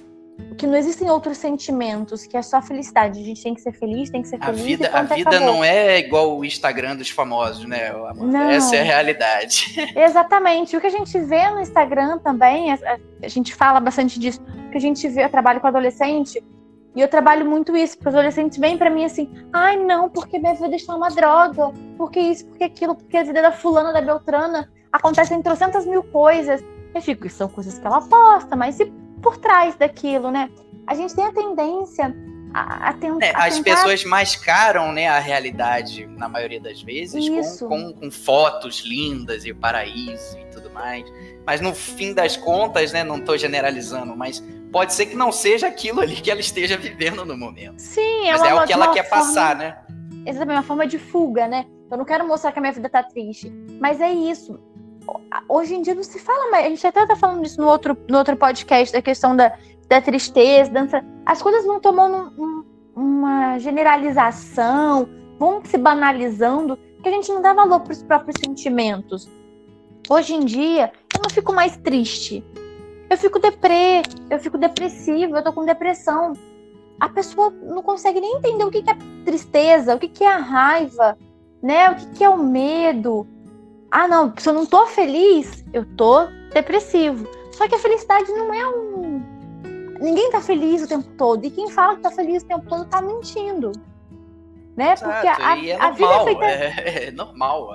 Que não existem outros sentimentos, que é só felicidade. A gente tem que ser feliz, tem que ser feliz. A vida, a vida não é igual o Instagram dos famosos, né, Amanda? Não. Essa é a realidade. Exatamente. O que a gente vê no Instagram também, a, a gente fala bastante disso, porque a gente vê, eu trabalho com adolescente, e eu trabalho muito isso, porque os adolescentes vêm pra mim assim, ai não, porque minha vida está uma droga, porque isso, porque aquilo, porque a vida da fulana, da beltrana, acontecem trocentas mil coisas. Eu fico, são coisas que ela posta, mas e por trás daquilo, né? A gente tem a tendência a, a, tentar... É, as pessoas mascaram, né, a realidade, na maioria das vezes, com, com, com fotos lindas e o paraíso e tudo mais. Mas no fim das contas, né, não estou generalizando, mas pode ser que não seja aquilo ali que ela esteja vivendo no momento. Sim, é mas uma, é o que ela quer forma, passar, né? Exatamente, uma forma de fuga, né? Eu não quero mostrar que a minha vida tá triste, mas é isso. Hoje em dia não se fala mais, a gente até tá falando disso no outro, no outro podcast, da questão da, da tristeza, dança. As coisas vão tomando um, uma generalização, vão se banalizando, que a gente não dá valor para os próprios sentimentos. Hoje em dia, eu não fico mais triste. Eu fico deprê, eu fico depressiva, eu tô com depressão. A pessoa não consegue nem entender o que que é tristeza, o que que é a raiva, né? O que que é o medo. Ah, não, se eu não tô feliz, eu tô depressivo. Só que a felicidade não é um... Ninguém tá feliz o tempo todo. E quem fala que tá feliz o tempo todo tá mentindo. Né? Exato, porque a, e é a normal, vida é feita... é, é normal.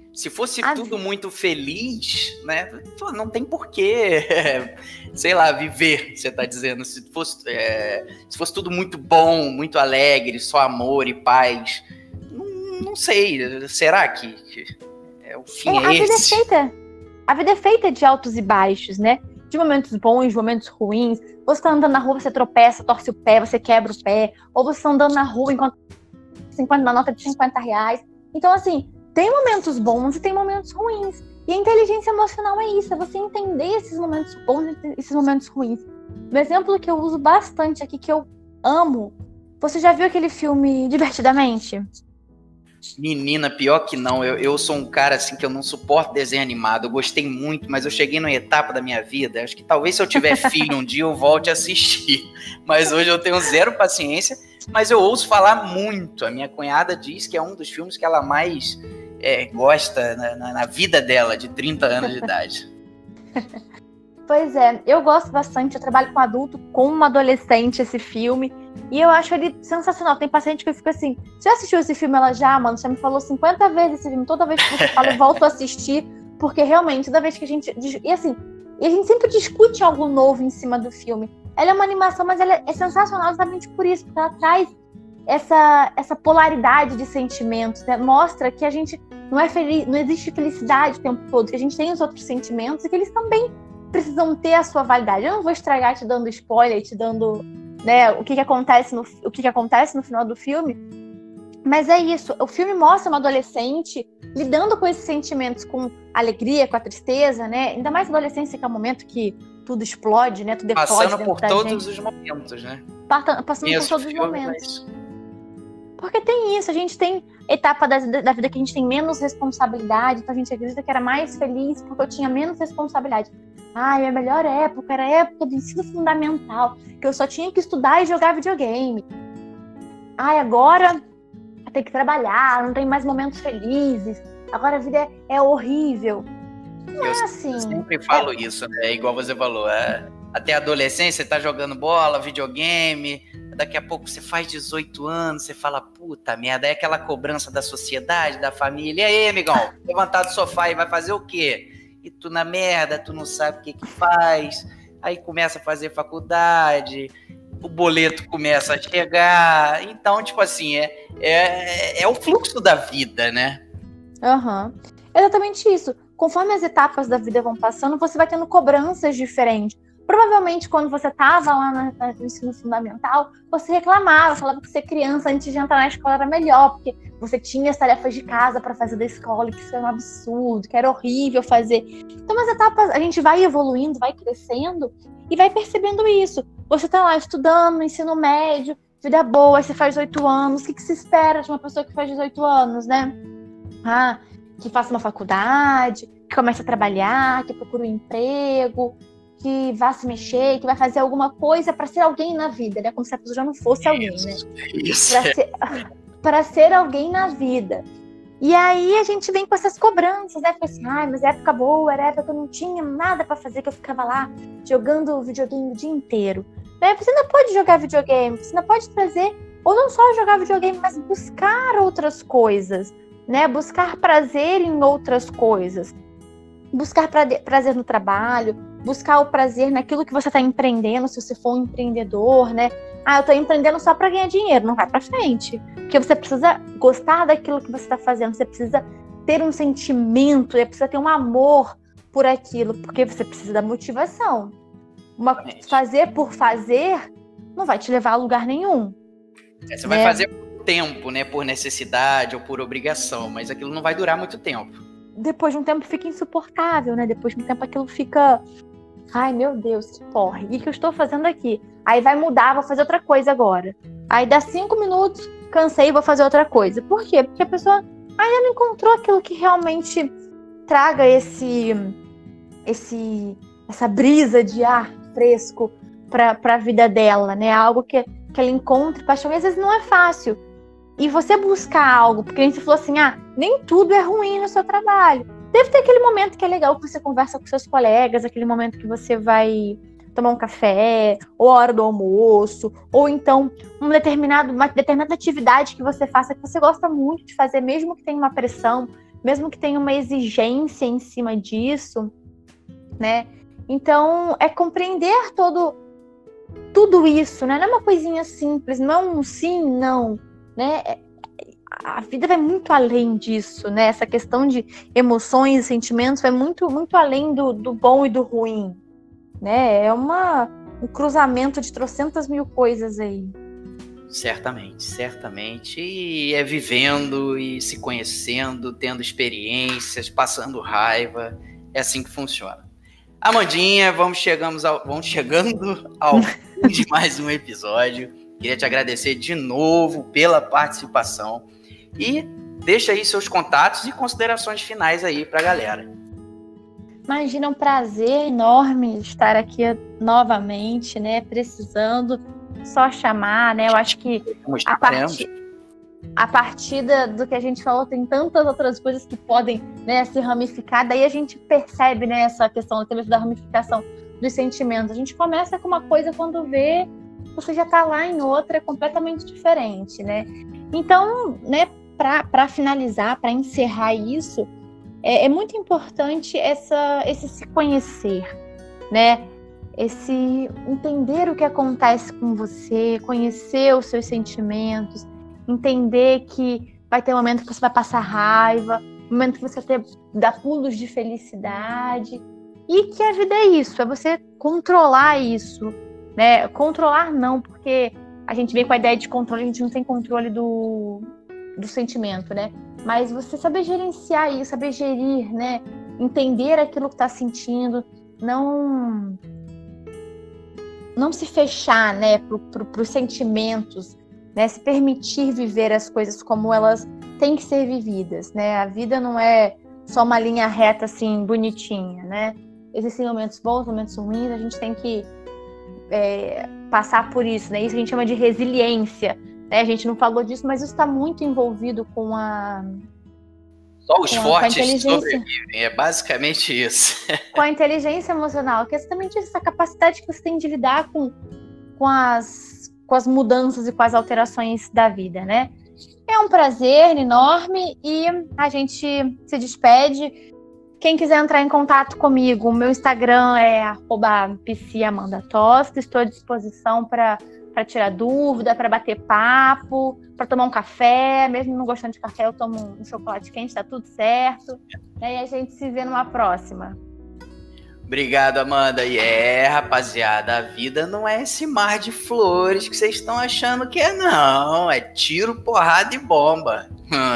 Se fosse A tudo muito feliz, né? Pô, não tem porquê, sei lá, viver, você tá dizendo. Se fosse, é, se fosse tudo muito bom, muito alegre, só amor e paz, não, não sei, será que, que é, o fim É, é a vida é esse? feita, a vida é feita de altos e baixos, né? De momentos bons, de momentos ruins. Você tá andando na rua, você tropeça, torce o pé, você quebra o pé. Ou você tá andando na rua enquanto cinquenta, uma nota de cinquenta reais. Então, assim, tem momentos bons e tem momentos ruins. E a inteligência emocional é isso, é você entender esses momentos bons e esses momentos ruins. Um exemplo que eu uso bastante aqui, que eu amo. Você já viu aquele filme Divertidamente? Menina, pior que não. Eu, eu sou um cara assim que eu não suporto desenho animado. Eu gostei muito, mas eu cheguei numa etapa da minha vida. Acho que talvez se eu tiver filho um dia eu volte a assistir. Mas hoje eu tenho zero paciência. Mas eu ouço falar muito. A minha cunhada diz que é um dos filmes que ela mais é, gosta na, na, na vida dela, de trinta anos de idade. Pois é, eu gosto bastante. Eu trabalho com adulto, com uma adolescente, esse filme. E eu acho ele sensacional. Tem paciente que eu fico assim, já assistiu esse filme? Ela já, mano, você me falou cinquenta vezes esse filme. Toda vez que você fala, eu volto a assistir. Porque realmente, toda vez que a gente... E assim, e a gente sempre discute algo novo em cima do filme. Ela é uma animação, mas ela é sensacional exatamente por isso. Porque ela traz essa, essa polaridade de sentimentos, né? Mostra que a gente não é feliz, não existe felicidade o tempo todo. Que a gente tem os outros sentimentos e que eles também precisam ter a sua validade. Eu não vou estragar te dando spoiler, te dando... Né, o que, que acontece no, o que, que acontece no final do filme, mas é isso, o filme mostra uma adolescente lidando com esses sentimentos, com alegria, com a tristeza, né, ainda mais adolescência, que é o momento que tudo explode, né, tudo explode Passando por todos gente. os momentos, né? Passando, passando por todos os momentos. Mas... Porque tem isso, a gente tem etapa da, da vida que a gente tem menos responsabilidade, então a gente acredita que era mais feliz porque eu tinha menos responsabilidade. Ai, a melhor época era a época do ensino fundamental, que eu só tinha que estudar e jogar videogame. Ai, agora eu tenho que trabalhar, não tem mais momentos felizes, agora a vida é, é horrível. Não eu é assim. Eu sempre falo é... isso, né? Igual você falou, é... até a adolescência você tá jogando bola, videogame, daqui a pouco você faz dezoito anos, você fala, puta merda, é aquela cobrança da sociedade, da família. E aí, amigão, levantar do sofá e vai fazer o quê? E tu na merda, tu não sabe o que que faz, aí começa a fazer faculdade, o boleto começa a chegar, então, tipo assim, é, é, é o fluxo da vida, né? Aham, uhum. Exatamente isso. Conforme as etapas da vida vão passando, você vai tendo cobranças diferentes. Provavelmente, quando você estava lá na, no ensino fundamental, você reclamava, falava que ser criança antes de entrar na escola era melhor, porque você tinha as tarefas de casa para fazer da escola, que isso era um absurdo, que era horrível fazer. Então, as etapas, a gente vai evoluindo, vai crescendo e vai percebendo isso. Você está lá estudando no ensino médio, vida boa, você faz oito anos, o que, que se espera de uma pessoa que faz dezoito anos, né? Ah, que faça uma faculdade, que comece a trabalhar, que procure um emprego, que vá se mexer, que vai fazer alguma coisa para ser alguém na vida, né? Como se a pessoa já não fosse alguém, né? Isso. Para ser, para ser alguém na vida. E aí a gente vem com essas cobranças, né? Fica assim, ai, mas é época boa, era época que eu não tinha nada para fazer, que eu ficava lá jogando videogame o dia inteiro. Né? Você não pode jogar videogame, você não pode trazer, ou não só jogar videogame, mas buscar outras coisas, né? Buscar prazer em outras coisas. Buscar prazer no trabalho, buscar o prazer naquilo que você está empreendendo, se você for um empreendedor, né? Ah, eu estou empreendendo só para ganhar dinheiro, não vai para frente. Porque você precisa gostar daquilo que você está fazendo, você precisa ter um sentimento, você precisa ter um amor por aquilo, porque você precisa da motivação. Uma, fazer por fazer não vai te levar a lugar nenhum. É, você né? vai fazer por tempo, né? Por necessidade ou por obrigação, mas aquilo não vai durar muito tempo. Depois de um tempo fica insuportável, né? Depois de um tempo aquilo fica... Ai, meu Deus, que porra. O que eu estou fazendo aqui? Aí vai mudar, vou fazer outra coisa agora. Aí dá cinco minutos, cansei, vou fazer outra coisa. Por quê? Porque a pessoa ainda não encontrou aquilo que realmente traga esse... esse essa brisa de ar fresco para a vida dela, né? Algo que, que ela encontre paixão. E às vezes não é fácil. E você buscar algo, porque a gente falou assim, ah, nem tudo é ruim no seu trabalho. Deve ter aquele momento que é legal que você conversa com seus colegas, aquele momento que você vai tomar um café, ou a hora do almoço, ou então um determinado, uma determinada atividade que você faça, que você gosta muito de fazer, mesmo que tenha uma pressão, mesmo que tenha uma exigência em cima disso, né? Então, é compreender todo, tudo isso, né? Não é uma coisinha simples, não é um sim, não, né? A vida vai muito além disso, né? Essa questão de emoções e sentimentos vai muito, muito além do, do bom e do ruim, né? É uma, um cruzamento de trocentas mil coisas aí. Certamente, certamente. E é vivendo e se conhecendo, tendo experiências, passando raiva. É assim que funciona. Amandinha, vamos, chegamos ao, vamos chegando ao fim de mais um episódio. Queria te agradecer de novo pela participação. E deixa aí seus contatos e considerações finais aí pra galera. Imagina, é um prazer enorme estar aqui novamente, né? Precisando, só chamar, né? Eu acho que a partir, a partir do que a gente falou, tem tantas outras coisas que podem, né, se ramificar. Daí a gente percebe, né, essa questão da ramificação dos sentimentos. A gente começa com uma coisa, quando vê, você já está lá em outra completamente diferente, né? Então, né, para finalizar, para encerrar isso, é, é muito importante essa, esse se conhecer, né? Esse entender o que acontece com você, conhecer os seus sentimentos, entender que vai ter um momento que você vai passar raiva, um momento que você vai ter, dar pulos de felicidade, e que a vida é isso, é você controlar isso, né? Controlar não, porque a gente vem com a ideia de controle, a gente não tem controle do, do sentimento, né? Mas você saber gerenciar isso, saber gerir, né? Entender aquilo que está sentindo, não não se fechar, né, para pro, os sentimentos, né? Se permitir viver as coisas como elas têm que ser vividas, né? A vida não é só uma linha reta assim bonitinha, né? Existem momentos bons, momentos ruins, a gente tem que é, passar por isso, né? Isso a gente chama de resiliência, né? A gente não falou disso, mas isso está muito envolvido com a Só os fortes sobrevivem, é basicamente isso. Com a inteligência emocional, que é exatamente essa capacidade que você tem de lidar com, com, as, com as mudanças e com as alterações da vida, né? É um prazer enorme e a gente se despede. Quem quiser entrar em contato comigo, o meu Instagram é arroba psiamandatosta. Estou à disposição para para tirar dúvida, para bater papo, para tomar um café. Mesmo não gostando de café, eu tomo um chocolate quente, tá tudo certo. E a gente se vê numa próxima. Obrigado, Amanda. E é, rapaziada, a vida não é esse mar de flores que vocês estão achando que é, não. É tiro, porrada e bomba.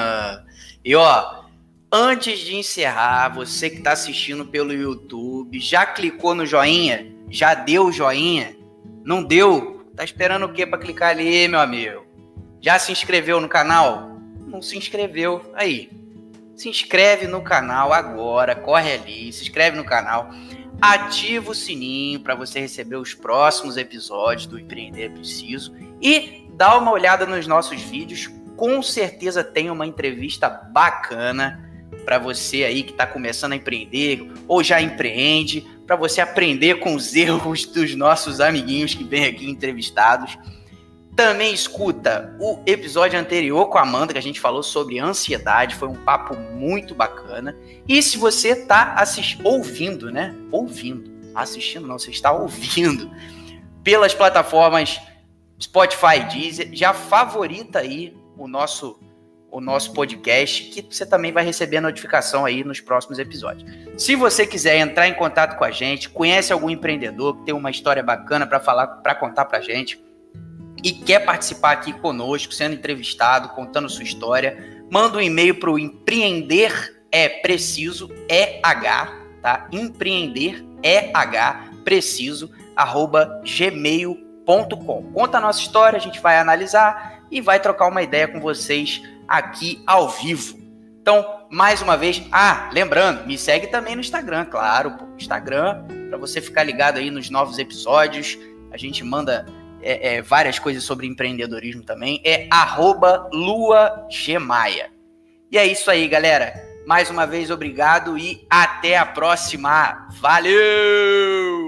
E ó, antes de encerrar, você que tá assistindo pelo YouTube, já clicou no joinha? Já deu o joinha? Não deu? Tá esperando o quê pra clicar ali, meu amigo? Já se inscreveu no canal? Não se inscreveu? Aí, se inscreve no canal agora, corre ali, se inscreve no canal, ativa o sininho para você receber os próximos episódios do Empreender é Preciso e dá uma olhada nos nossos vídeos. Com certeza tem uma entrevista bacana para você aí que tá começando a empreender ou já empreende, para você aprender com os erros dos nossos amiguinhos que vêm aqui entrevistados. Também escuta o episódio anterior com a Amanda, que a gente falou sobre ansiedade, foi um papo muito bacana. E se você está assistindo, ouvindo, né? Ouvindo, assistindo não, você está ouvindo pelas plataformas Spotify e Deezer, já favorita aí o nosso o nosso podcast, que você também vai receber a notificação aí nos próximos episódios. Se você quiser entrar em contato com a gente, conhece algum empreendedor que tem uma história bacana para falar, para contar para a gente e quer participar aqui conosco, sendo entrevistado, contando sua história, manda um e-mail para o Empreender é Preciso, E H, tá? Empreender é H, preciso, arroba gmail ponto com. Conta a nossa história, a gente vai analisar e vai trocar uma ideia com vocês aqui ao vivo. Então, mais uma vez, ah, lembrando, me segue também no Instagram, claro, pô, Instagram, para você ficar ligado aí nos novos episódios, a gente manda é, é, várias coisas sobre empreendedorismo também, é arroba luagemaia. E é isso aí, galera, mais uma vez, obrigado e até a próxima, valeu!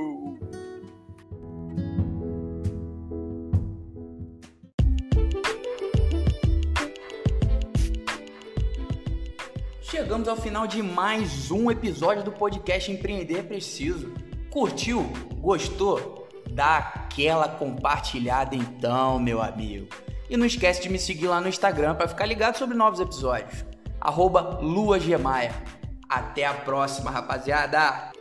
chegamos ao final de mais um episódio do podcast Empreender é Preciso. Curtiu? Gostou? Dá aquela compartilhada então, meu amigo. E não esquece de me seguir lá no Instagram para ficar ligado sobre novos episódios. arroba Lua Gemaia. Até a próxima, rapaziada!